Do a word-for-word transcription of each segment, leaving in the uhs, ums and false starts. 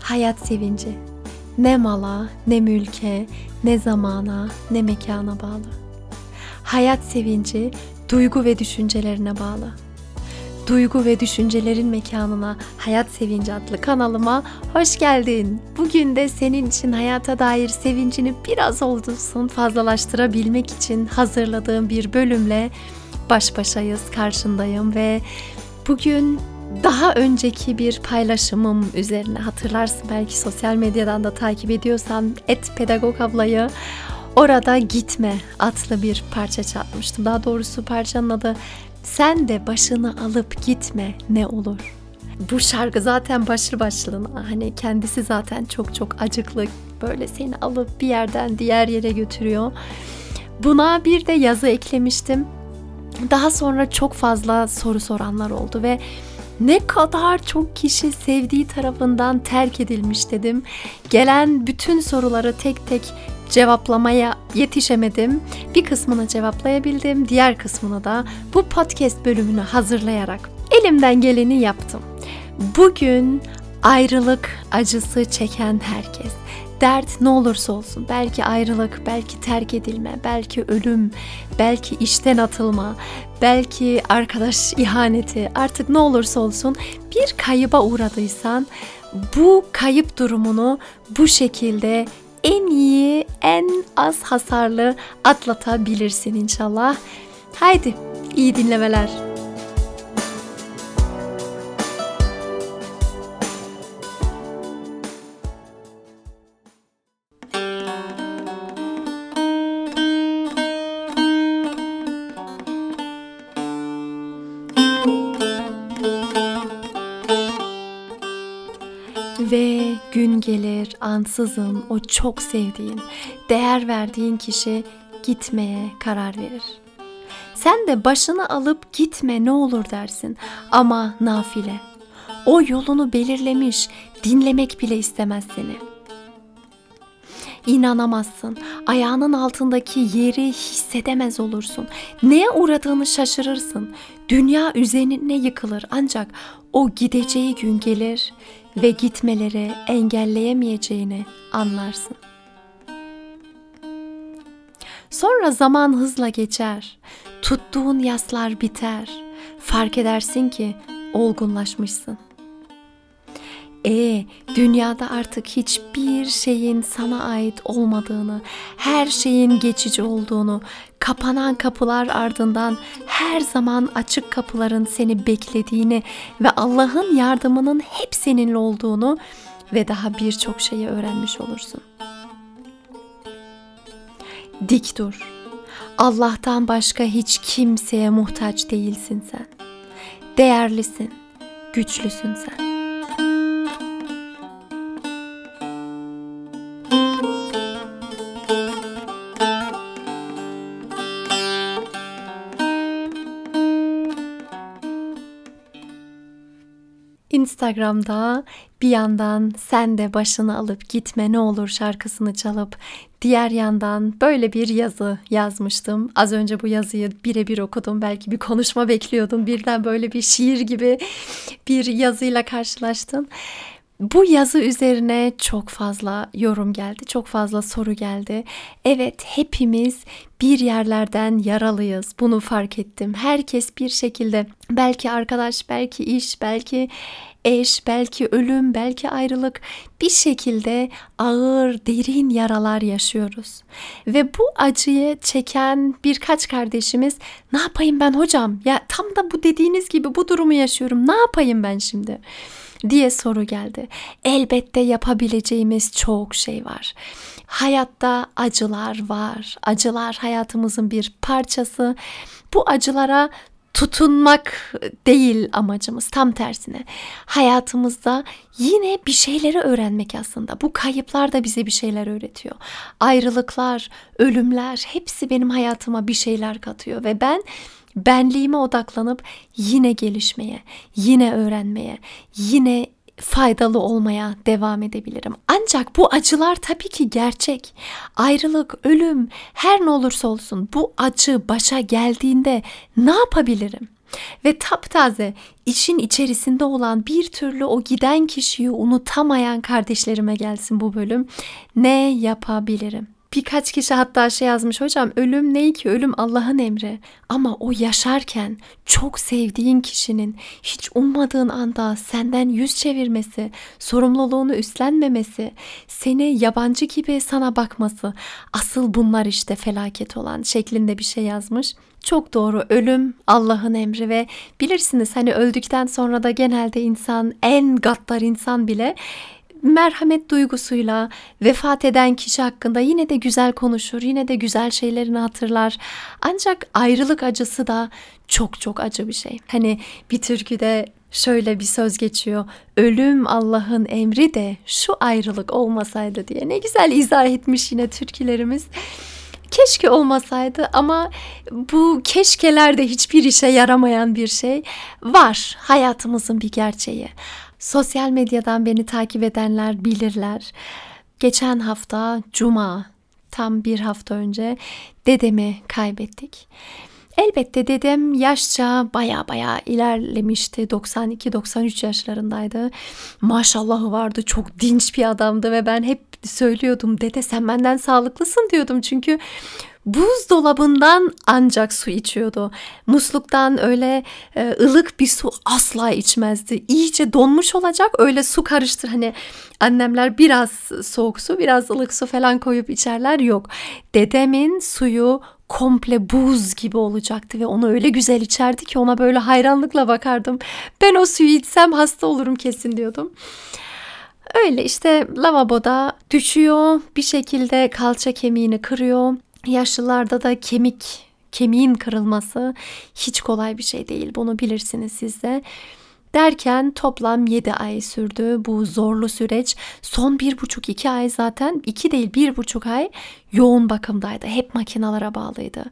Hayat sevinci ne mala, ne mülke, ne zamana, ne mekana bağlı. Hayat sevinci duygu ve düşüncelerine bağlı. Duygu ve düşüncelerin mekanına Hayat Sevinci adlı kanalıma hoş geldin. Bugün de senin için hayata dair sevincini biraz olsun fazlalaştırabilmek için hazırladığım bir bölümle baş başayız, karşındayım ve bugün daha önceki bir paylaşımım üzerine, hatırlarsın belki sosyal medyadan da takip ediyorsan et pedagog ablayı, orada Gitme adlı bir parça çalmıştım. Daha doğrusu parçanın adı Sen de başını alıp gitme ne olur. Bu şarkı zaten başlı başlığına, hani kendisi zaten çok çok acıklı, böyle seni alıp bir yerden diğer yere götürüyor. Buna bir de yazı eklemiştim. Daha sonra çok fazla soru soranlar oldu ve ne kadar çok kişi sevdiği tarafından terk edilmiş dedim. Gelen bütün soruları tek tek cevaplamaya yetişemedim. Bir kısmını cevaplayabildim, diğer kısmını da bu podcast bölümünü hazırlayarak elimden geleni yaptım. Bugün ayrılık acısı çeken herkes, dert ne olursa olsun, belki ayrılık, belki terk edilme, belki ölüm, belki işten atılma, belki arkadaş ihaneti, artık ne olursa olsun bir kayıba uğradıysan bu kayıp durumunu bu şekilde en iyi, en az hasarlı atlatabilirsin inşallah. Haydi iyi dinlemeler. Ve gün gelir ansızın o çok sevdiğin, değer verdiğin kişi gitmeye karar verir. Sen de başını alıp gitme ne olur dersin ama nafile. O yolunu belirlemiş, dinlemek bile istemez seni. İnanamazsın, ayağının altındaki yeri hissedemez olursun. Neye uğradığını şaşırırsın. Dünya üzerine yıkılır ancak o gideceği gün gelir ve gitmeleri engelleyemeyeceğini anlarsın. Sonra zaman hızla geçer, tuttuğun yaslar biter, fark edersin ki olgunlaşmışsın. E, dünyada artık hiçbir şeyin sana ait olmadığını, her şeyin geçici olduğunu, kapanan kapılar ardından her zaman açık kapıların seni beklediğini ve Allah'ın yardımının hep seninle olduğunu ve daha birçok şeyi öğrenmiş olursun. Dik dur. Allah'tan başka hiç kimseye muhtaç değilsin sen. Değerlisin, güçlüsün sen. Instagram'da bir yandan sen de başını alıp gitme ne olur şarkısını çalıp diğer yandan böyle bir yazı yazmıştım. Az önce bu yazıyı birebir okudum. Belki bir konuşma bekliyordun. Birden böyle bir şiir gibi bir yazıyla karşılaştın. Bu yazı üzerine çok fazla yorum geldi, çok fazla soru geldi. Evet, hepimiz bir yerlerden yaralıyız, bunu fark ettim. Herkes bir şekilde, belki arkadaş, belki iş, belki eş, belki ölüm, belki ayrılık, bir şekilde ağır, derin yaralar yaşıyoruz. Ve bu acıyı çeken birkaç kardeşimiz, ne yapayım ben hocam? Ya tam da bu dediğiniz gibi bu durumu yaşıyorum, ne yapayım ben şimdi? diye soru geldi. Elbette yapabileceğimiz çok şey var. Hayatta acılar var. Acılar hayatımızın bir parçası. Bu acılara tutunmak değil amacımız, tam tersine. Hayatımızda yine bir şeyleri öğrenmek aslında. Bu kayıplar da bize bir şeyler öğretiyor. Ayrılıklar, ölümler hepsi benim hayatıma bir şeyler katıyor ve ben benliğime odaklanıp yine gelişmeye, yine öğrenmeye, yine faydalı olmaya devam edebilirim. Ancak bu acılar tabii ki gerçek. Ayrılık, ölüm, her ne olursa olsun bu acı başa geldiğinde ne yapabilirim? Ve taptaze işin içerisinde olan, bir türlü o giden kişiyi unutamayan kardeşlerime gelsin bu bölüm. Ne yapabilirim? Birkaç kişi hatta şey yazmış, hocam ölüm ne ki, ölüm Allah'ın emri, ama o yaşarken çok sevdiğin kişinin hiç ummadığın anda senden yüz çevirmesi, sorumluluğunu üstlenmemesi, seni yabancı gibi sana bakması, asıl bunlar işte felaket olan şeklinde bir şey yazmış. Çok doğru, ölüm Allah'ın emri ve bilirsiniz hani öldükten sonra da genelde insan, en gaddar insan bile merhamet duygusuyla vefat eden kişi hakkında yine de güzel konuşur, yine de güzel şeylerini hatırlar. Ancak ayrılık acısı da çok çok acı bir şey. Hani bir türküde şöyle bir söz geçiyor. Ölüm Allah'ın emri de şu ayrılık olmasaydı diye. Ne güzel izah etmiş yine türkülerimiz. Keşke olmasaydı, ama bu keşkelerde hiçbir işe yaramayan bir şey var. Hayatımızın bir gerçeği. Sosyal medyadan beni takip edenler bilirler. Geçen hafta Cuma, tam bir hafta önce dedemi kaybettik. Elbette dedem yaşça baya baya ilerlemişti. doksan iki doksan üç yaşlarındaydı. Maşallahı vardı, çok dinç bir adamdı ve ben hep söylüyordum, dede sen benden sağlıklısın diyordum. Çünkü buzdolabından ancak su içiyordu. Musluktan öyle e, ılık bir su asla içmezdi. İyice donmuş olacak, öyle su karıştır. Hani annemler biraz soğuk su, biraz ılık su falan koyup içerler, yok. Dedemin suyu komple buz gibi olacaktı ve onu öyle güzel içerdi ki ona böyle hayranlıkla bakardım. Ben o suyu içsem hasta olurum kesin diyordum. Öyle işte lavaboda düşüyor, bir şekilde kalça kemiğini kırıyor. Yaşlılarda da kemik, kemiğin kırılması hiç kolay bir şey değil. Bunu bilirsiniz siz de. Derken toplam yedi ay sürdü bu zorlu süreç. Son bir buçuk iki ay, zaten iki değil bir buçuk ay yoğun bakımdaydı. Hep makinalara bağlıydı.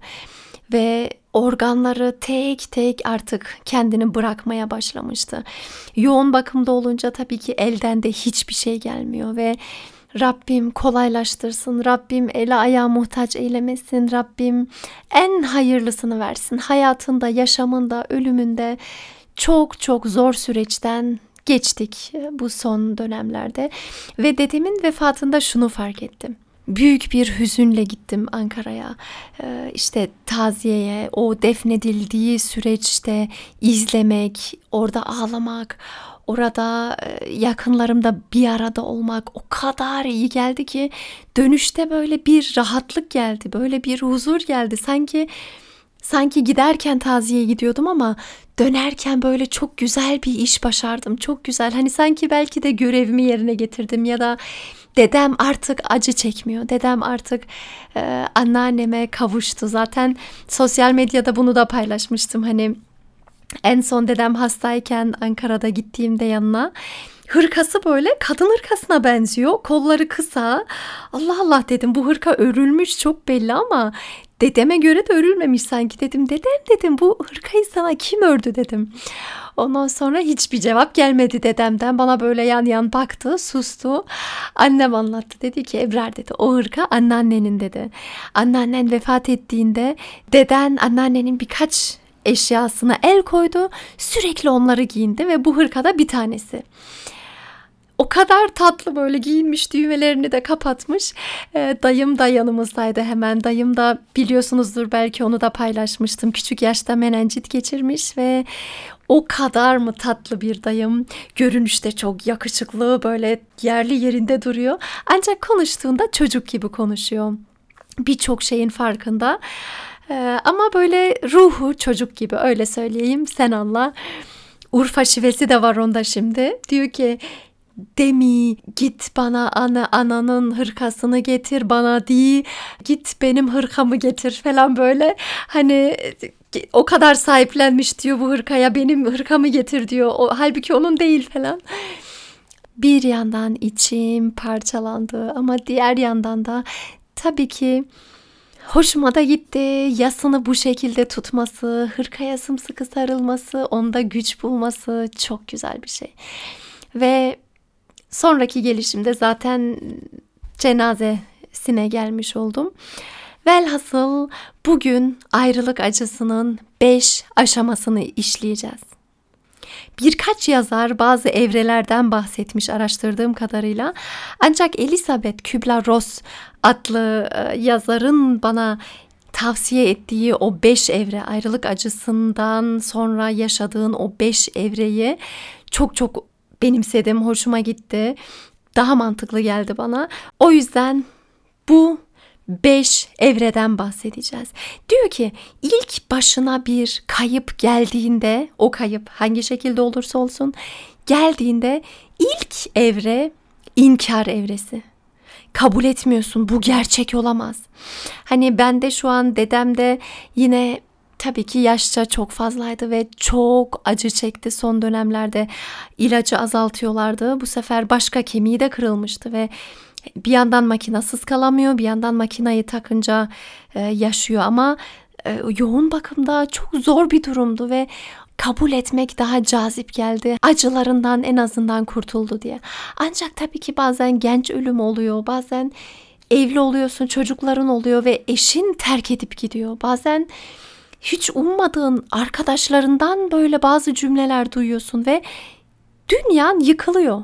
Ve organları tek tek artık kendini bırakmaya başlamıştı. Yoğun bakımda olunca tabii ki elden de hiçbir şey gelmiyor ve Rabbim kolaylaştırsın, Rabbim ele ayağa muhtaç eylemesin, Rabbim en hayırlısını versin. Hayatında, yaşamında, ölümünde çok çok zor süreçten geçtik bu son dönemlerde. Ve dedemin vefatında şunu fark ettim. Büyük bir hüzünle gittim Ankara'ya. Ee, işte taziyeye, o defnedildiği süreçte izlemek, orada ağlamak, orada yakınlarımda bir arada olmak o kadar iyi geldi ki dönüşte böyle bir rahatlık geldi, böyle bir huzur geldi. Sanki sanki giderken taziyeye gidiyordum ama dönerken böyle çok güzel bir iş başardım. Çok güzel. Hani sanki belki de görevimi yerine getirdim ya da dedem artık acı çekmiyor. Dedem artık e, anneanneme kavuştu. Zaten sosyal medyada bunu da paylaşmıştım. Hani en son dedem hastayken Ankara'da gittiğimde yanına, hırkası böyle kadın hırkasına benziyor. Kolları kısa. Allah Allah dedim, bu hırka örülmüş çok belli ama dedeme göre de örülmemiş sanki. Dedim dedem, dedim bu hırkayı sana kim ördü dedim. Ondan sonra hiçbir cevap gelmedi dedemden. Bana böyle yan yan baktı, sustu. Annem anlattı, dedi ki Ebrar dedi, o hırka anneannenin dedi. Anneannen vefat ettiğinde deden anneannenin birkaç eşyasına el koydu. Sürekli onları giyindi ve bu hırkada bir tanesi. O kadar tatlı böyle giyinmiş, düğmelerini de kapatmış. E, dayım da yanımızdaydı hemen. Dayım da biliyorsunuzdur belki, onu da paylaşmıştım. Küçük yaşta menenjit geçirmiş ve o kadar mı tatlı bir dayım. Görünüşte çok yakışıklı, böyle yerli yerinde duruyor. Ancak konuştuğunda çocuk gibi konuşuyor. Birçok şeyin farkında. E, ama böyle ruhu çocuk gibi, öyle söyleyeyim, sen anla. Urfa şivesi de var onda şimdi. Diyor ki, Demi git bana ana ananın hırkasını getir bana di, git benim hırkamı getir falan böyle. Hani o kadar sahiplenmiş diyor bu hırkaya, benim hırkamı getir diyor. O, halbuki onun değil falan. Bir yandan içim parçalandı ama diğer yandan da tabii ki hoşuma da gitti. Yasını bu şekilde tutması, hırkaya sımsıkı sarılması, onda güç bulması çok güzel bir şey. Ve sonraki gelişimde zaten cenazesine gelmiş oldum. Velhasıl bugün ayrılık acısının beş aşamasını işleyeceğiz. Birkaç yazar bazı evrelerden bahsetmiş araştırdığım kadarıyla. Ancak Elizabeth Kübler-Ross adlı yazarın bana tavsiye ettiği o beş evre, ayrılık acısından sonra yaşadığın o beş evreyi çok çok benimsedim, hoşuma gitti. Daha mantıklı geldi bana. O yüzden bu beş evreden bahsedeceğiz. Diyor ki ilk başına bir kayıp geldiğinde, o kayıp hangi şekilde olursa olsun geldiğinde ilk evre inkar evresi. Kabul etmiyorsun, bu gerçek olamaz. Hani ben de şu an dedem de yine tabii ki yaşça çok fazlaydı ve çok acı çekti son dönemlerde. İlacı azaltıyorlardı. Bu sefer başka kemiği de kırılmıştı ve bir yandan makinasız kalamıyor, bir yandan makinayı takınca e, yaşıyor ama e, yoğun bakımda çok zor bir durumdu ve kabul etmek daha cazip geldi. Acılarından en azından kurtuldu diye. Ancak tabii ki bazen genç ölüm oluyor, bazen evli oluyorsun, çocukların oluyor ve eşin terk edip gidiyor. Bazen hiç ummadığın arkadaşlarından böyle bazı cümleler duyuyorsun ve dünyan yıkılıyor.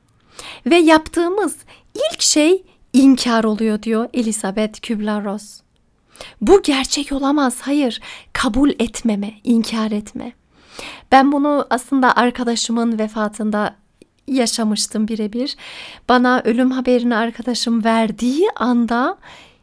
Ve yaptığımız ilk şey inkar oluyor diyor Elizabeth Kübler-Ross. Bu gerçek olamaz, hayır, kabul etmeme, inkar etme. Ben bunu aslında arkadaşımın vefatında yaşamıştım birebir. Bana ölüm haberini arkadaşım verdiği anda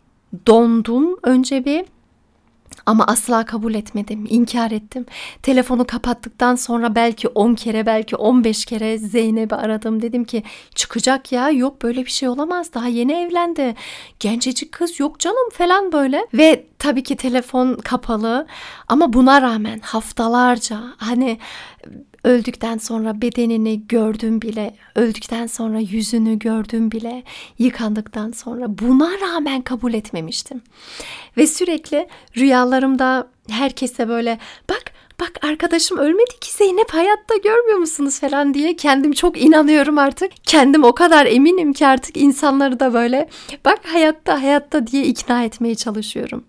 dondum önce bir. Ama asla kabul etmedim, inkar ettim. Telefonu kapattıktan sonra belki on kere, belki on beş kere Zeynep'i aradım. Dedim ki çıkacak ya, yok böyle bir şey olamaz. Daha yeni evlendi. Gencecik kız, yok canım falan böyle. Ve tabii ki telefon kapalı. Ama buna rağmen haftalarca hani öldükten sonra bedenini gördüm bile, öldükten sonra yüzünü gördüm bile, yıkandıktan sonra buna rağmen kabul etmemiştim. Ve sürekli rüyalarımda herkese böyle bak bak arkadaşım ölmedi ki, Zeynep hayatta, görmüyor musunuz falan diye kendim çok inanıyorum artık. Kendim o kadar eminim ki artık insanları da böyle bak hayatta hayatta diye ikna etmeye çalışıyorum.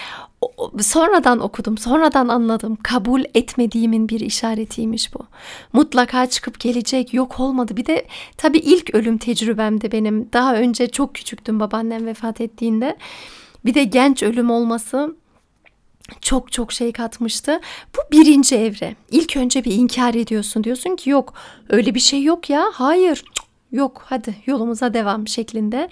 Sonradan okudum, sonradan anladım. Kabul etmediğimin bir işaretiymiş bu. Mutlaka çıkıp gelecek, yok olmadı. Bir de tabii ilk ölüm tecrübemdi benim. Daha önce çok küçüktüm babaannem vefat ettiğinde. Bir de genç ölüm olması çok çok şey katmıştı. Bu birinci evre. İlk önce bir inkar ediyorsun. Diyorsun ki yok, öyle bir şey yok ya. Hayır, yok, hadi yolumuza devam şeklinde.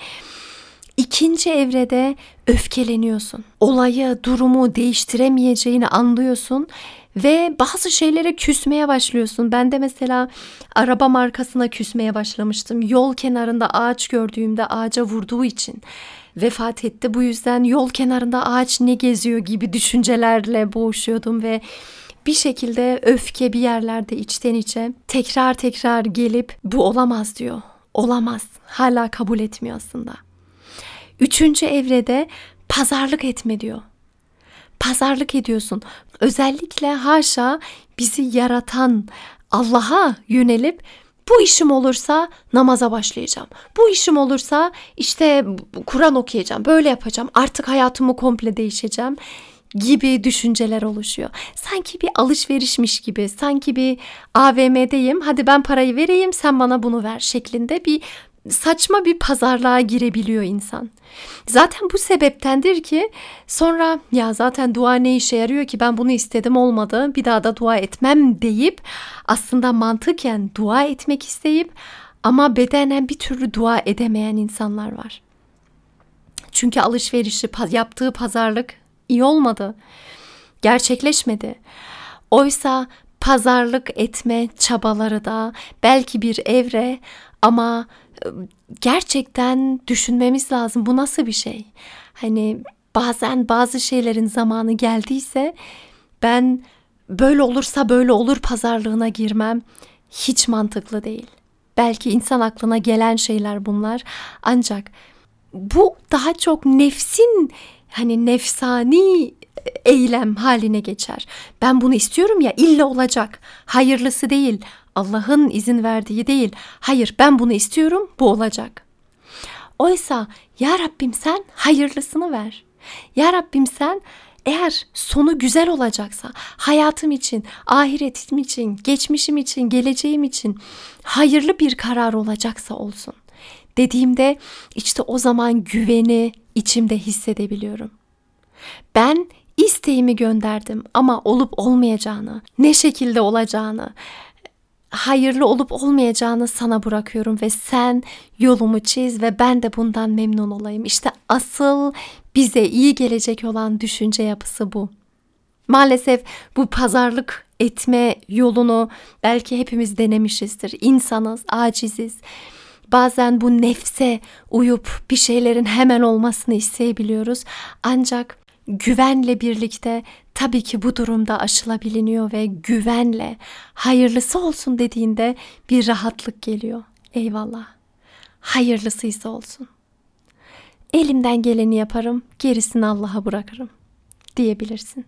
İkinci evrede öfkeleniyorsun. Olayı, durumu değiştiremeyeceğini anlıyorsun ve bazı şeylere küsmeye başlıyorsun. Ben de mesela araba markasına küsmeye başlamıştım. Yol kenarında ağaç gördüğümde ağaca vurduğu için vefat etti. Bu yüzden yol kenarında ağaç ne geziyor gibi düşüncelerle boğuşuyordum ve bir şekilde öfke bir yerlerde içten içe tekrar tekrar gelip bu olamaz diyor. Olamaz. Hala kabul etmiyor aslında. Üçüncü evrede pazarlık etme diyor. Pazarlık ediyorsun. Özellikle haşa bizi yaratan Allah'a yönelip bu işim olursa namaza başlayacağım. Bu işim olursa işte Kur'an okuyacağım. Böyle yapacağım. Artık hayatımı komple değişeceğim gibi düşünceler oluşuyor. Sanki bir alışverişmiş gibi, sanki bir A V M'deyim. Hadi ben parayı vereyim, sen bana bunu ver şeklinde bir saçma bir pazarlığa girebiliyor insan. Zaten bu sebeptendir ki sonra ya zaten dua ne işe yarıyor ki, ben bunu istedim olmadı, bir daha da dua etmem deyip aslında mantıken dua etmek isteyip ama bedenen bir türlü dua edemeyen insanlar var. Çünkü alışverişi, yaptığı pazarlık iyi olmadı, gerçekleşmedi. Oysa pazarlık etme çabaları da belki bir evre ama gerçekten düşünmemiz lazım. Bu nasıl bir şey? Hani bazen bazı şeylerin zamanı geldiyse ben böyle olursa böyle olur pazarlığına girmem hiç mantıklı değil. Belki insan aklına gelen şeyler bunlar. Ancak bu daha çok nefsin hani nefsani eylem haline geçer. Ben bunu istiyorum ya, illa olacak. Hayırlısı değil. Allah'ın izin verdiği değil. Hayır, ben bunu istiyorum, bu olacak. Oysa ya Rabbim sen hayırlısını ver. Ya Rabbim, sen eğer sonu güzel olacaksa, hayatım için, ahiretim için, geçmişim için, geleceğim için hayırlı bir karar olacaksa olsun dediğimde işte o zaman güveni içimde hissedebiliyorum. Ben isteğimi gönderdim ama olup olmayacağını, ne şekilde olacağını, hayırlı olup olmayacağını sana bırakıyorum ve sen yolumu çiz ve ben de bundan memnun olayım. İşte asıl bize iyi gelecek olan düşünce yapısı bu. Maalesef bu pazarlık etme yolunu belki hepimiz denemişizdir. İnsanız, aciziz. Bazen bu nefse uyup bir şeylerin hemen olmasını isteyebiliyoruz. Ancak güvenle birlikte tabii ki bu durumda aşılabiliyor ve güvenle hayırlısı olsun dediğinde bir rahatlık geliyor. Eyvallah. Hayırlısıysa olsun. Elimden geleni yaparım, gerisini Allah'a bırakırım diyebilirsin.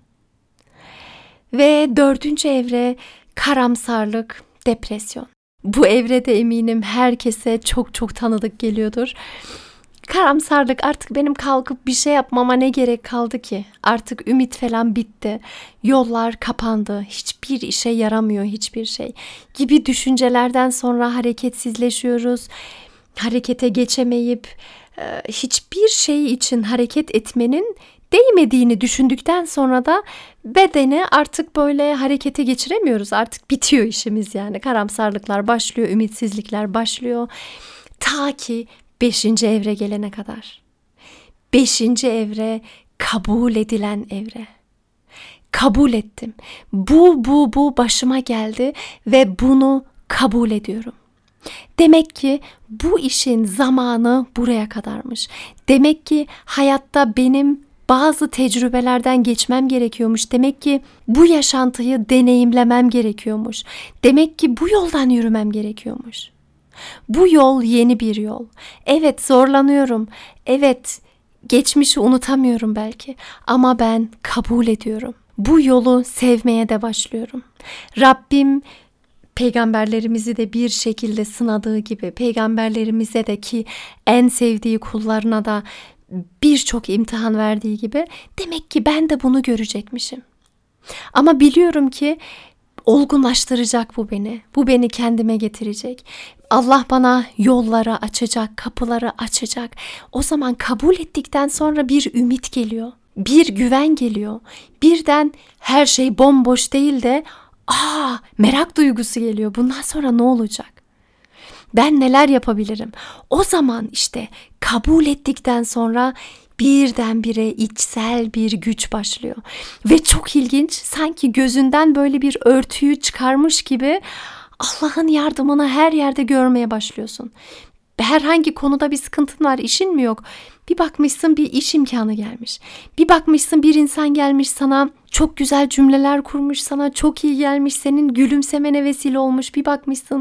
Ve dördüncü evre karamsarlık, depresyon. Bu evrede eminim herkese çok çok tanıdık geliyordur. Karamsarlık, artık benim kalkıp bir şey yapmama ne gerek kaldı ki? Artık ümit falan bitti. Yollar kapandı. Hiçbir işe yaramıyor hiçbir şey gibi düşüncelerden sonra hareketsizleşiyoruz. Harekete geçemeyip hiçbir şey için hareket etmenin değmediğini düşündükten sonra da bedeni artık böyle harekete geçiremiyoruz. Artık bitiyor işimiz yani. Karamsarlıklar başlıyor, ümitsizlikler başlıyor. Ta ki beşinci evre gelene kadar. Beşinci evre kabul edilen evre. Kabul ettim. Bu, bu, bu başıma geldi ve bunu kabul ediyorum. Demek ki bu işin zamanı buraya kadarmış. Demek ki hayatta benim bazı tecrübelerden geçmem gerekiyormuş. Demek ki bu yaşantıyı deneyimlemem gerekiyormuş. Demek ki bu yoldan yürümem gerekiyormuş. Bu yol yeni bir yol. Evet, zorlanıyorum. Evet, geçmişi unutamıyorum belki. Ama ben kabul ediyorum. Bu yolu sevmeye de başlıyorum. Rabbim peygamberlerimizi de bir şekilde sınadığı gibi, peygamberlerimize de ki en sevdiği kullarına da birçok imtihan verdiği gibi, demek ki ben de bunu görecekmişim. Ama biliyorum ki olgunlaştıracak bu beni. Bu beni kendime getirecek. Allah bana yolları açacak, kapıları açacak. O zaman kabul ettikten sonra bir ümit geliyor. Bir güven geliyor. Birden her şey bomboş değil de aa, merak duygusu geliyor. Bundan sonra ne olacak? Ben neler yapabilirim? O zaman işte kabul ettikten sonra birdenbire içsel bir güç başlıyor. Ve çok ilginç, sanki gözünden böyle bir örtüyü çıkarmış gibi Allah'ın yardımını her yerde görmeye başlıyorsun. Herhangi konuda bir sıkıntın var, işin mi yok? Bir bakmışsın bir iş imkanı gelmiş. Bir bakmışsın bir insan gelmiş sana, çok güzel cümleler kurmuş, sana çok iyi gelmiş, senin gülümsemene vesile olmuş. Bir bakmışsın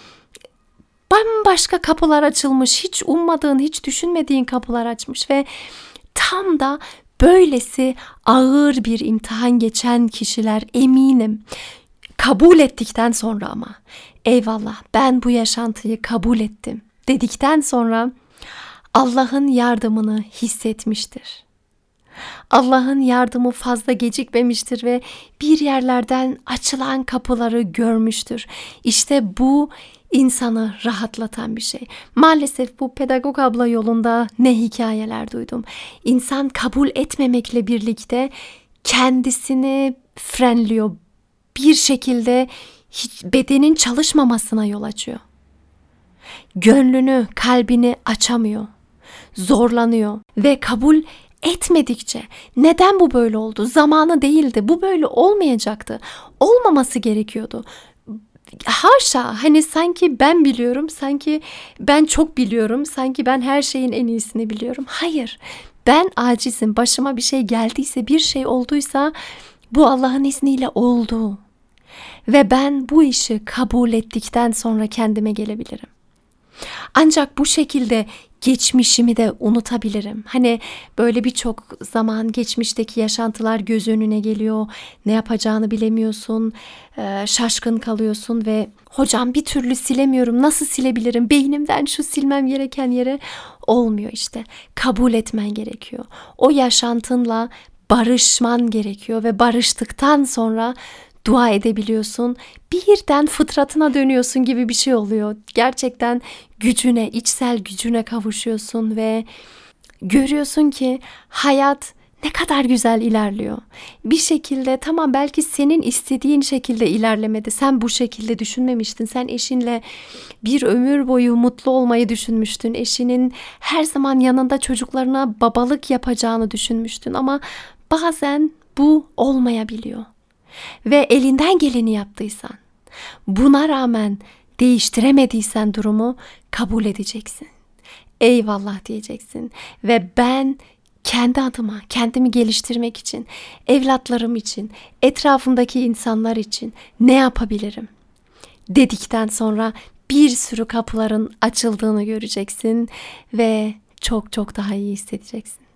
bambaşka kapılar açılmış, hiç ummadığın, hiç düşünmediğin kapılar açmış ve tam da böylesi ağır bir imtihan geçen kişiler eminim kabul ettikten sonra, ama eyvallah ben bu yaşantıyı kabul ettim dedikten sonra Allah'ın yardımını hissetmiştir. Allah'ın yardımı fazla gecikmemiştir ve bir yerlerden açılan kapıları görmüştür. İşte bu insanı rahatlatan bir şey. Maalesef bu pedagog abla yolunda ne hikayeler duydum. İnsan kabul etmemekle birlikte kendisini frenliyor. Bir şekilde hiç bedenin çalışmamasına yol açıyor. Gönlünü, kalbini açamıyor. Zorlanıyor ve kabul etmedikçe neden bu böyle oldu? Zamanı değildi. Bu böyle olmayacaktı. Olmaması gerekiyordu. Haşa, hani sanki ben biliyorum, sanki ben çok biliyorum, sanki ben her şeyin en iyisini biliyorum. Hayır, ben acizim. Başıma bir şey geldiyse, bir şey olduysa bu Allah'ın izniyle oldu. Ve ben bu işi kabul ettikten sonra kendime gelebilirim. Ancak bu şekilde geçmişimi de unutabilirim. Hani böyle birçok zaman geçmişteki yaşantılar göz önüne geliyor. Ne yapacağını bilemiyorsun. Şaşkın kalıyorsun ve hocam bir türlü silemiyorum. Nasıl silebilirim? Beynimden şu silmem gereken yere. olmuyor işte. Kabul etmen gerekiyor. O yaşantınla barışman gerekiyor ve barıştıktan sonra dua edebiliyorsun. Birden fıtratına dönüyorsun gibi bir şey oluyor. Gerçekten gücüne, içsel gücüne kavuşuyorsun ve görüyorsun ki hayat ne kadar güzel ilerliyor. Bir şekilde tamam, belki senin istediğin şekilde ilerlemedi. Sen bu şekilde düşünmemiştin. Sen eşinle bir ömür boyu mutlu olmayı düşünmüştün. Eşinin her zaman yanında çocuklarına babalık yapacağını düşünmüştün. Ama bazen bu olmayabiliyor. Ve elinden geleni yaptıysan, buna rağmen değiştiremediysen durumu kabul edeceksin. Eyvallah diyeceksin ve ben kendi adıma, kendimi geliştirmek için, evlatlarım için, etrafımdaki insanlar için ne yapabilirim dedikten sonra bir sürü kapıların açıldığını göreceksin ve çok çok daha iyi hissedeceksin.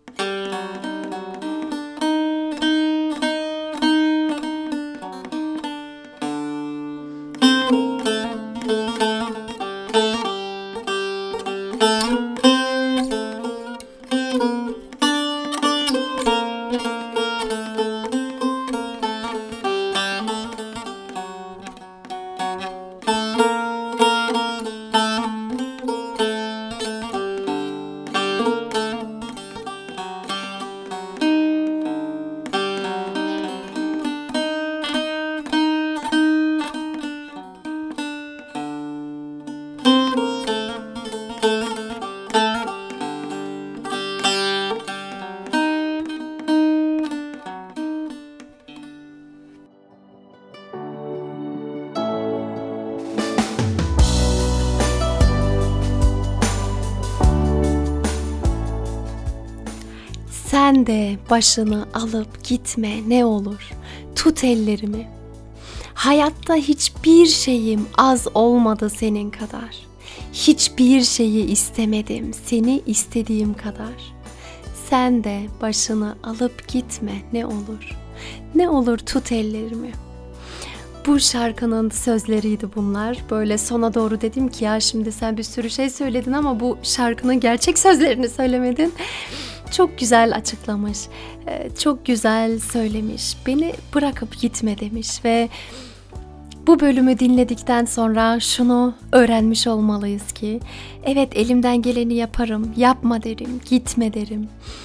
Sen de başını alıp gitme ne olur. Tut ellerimi. Hayatta hiçbir şeyim az olmadı senin kadar. Hiçbir şeyi istemedim seni istediğim kadar. Sen de başını alıp gitme ne olur. Ne olur tut ellerimi. Bu şarkının sözleriydi bunlar. Böyle sona doğru dedim ki ya şimdi sen bir sürü şey söyledin ama bu şarkının gerçek sözlerini söylemedin. Çok güzel açıklamış, çok güzel söylemiş, beni bırakıp gitme demiş ve bu bölümü dinledikten sonra şunu öğrenmiş olmalıyız ki evet, elimden geleni yaparım, yapma derim, gitme derim.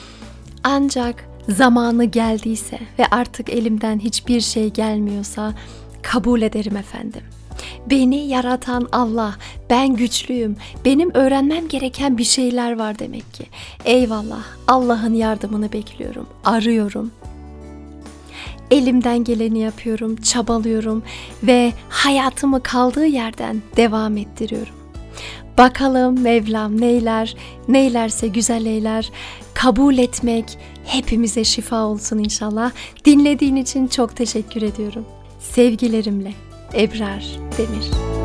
Ancak zamanı geldiyse ve artık elimden hiçbir şey gelmiyorsa kabul ederim efendim. Beni yaratan Allah, ben güçlüyüm, benim öğrenmem gereken bir şeyler var demek ki. Eyvallah, Allah'ın yardımını bekliyorum, arıyorum. Elimden geleni yapıyorum, çabalıyorum ve hayatımı kaldığı yerden devam ettiriyorum. Bakalım Mevlam neyler, neylerse güzel eyler. Kabul etmek hepimize şifa olsun inşallah. Dinlediğin için çok teşekkür ediyorum. Sevgilerimle Ebrar Demir.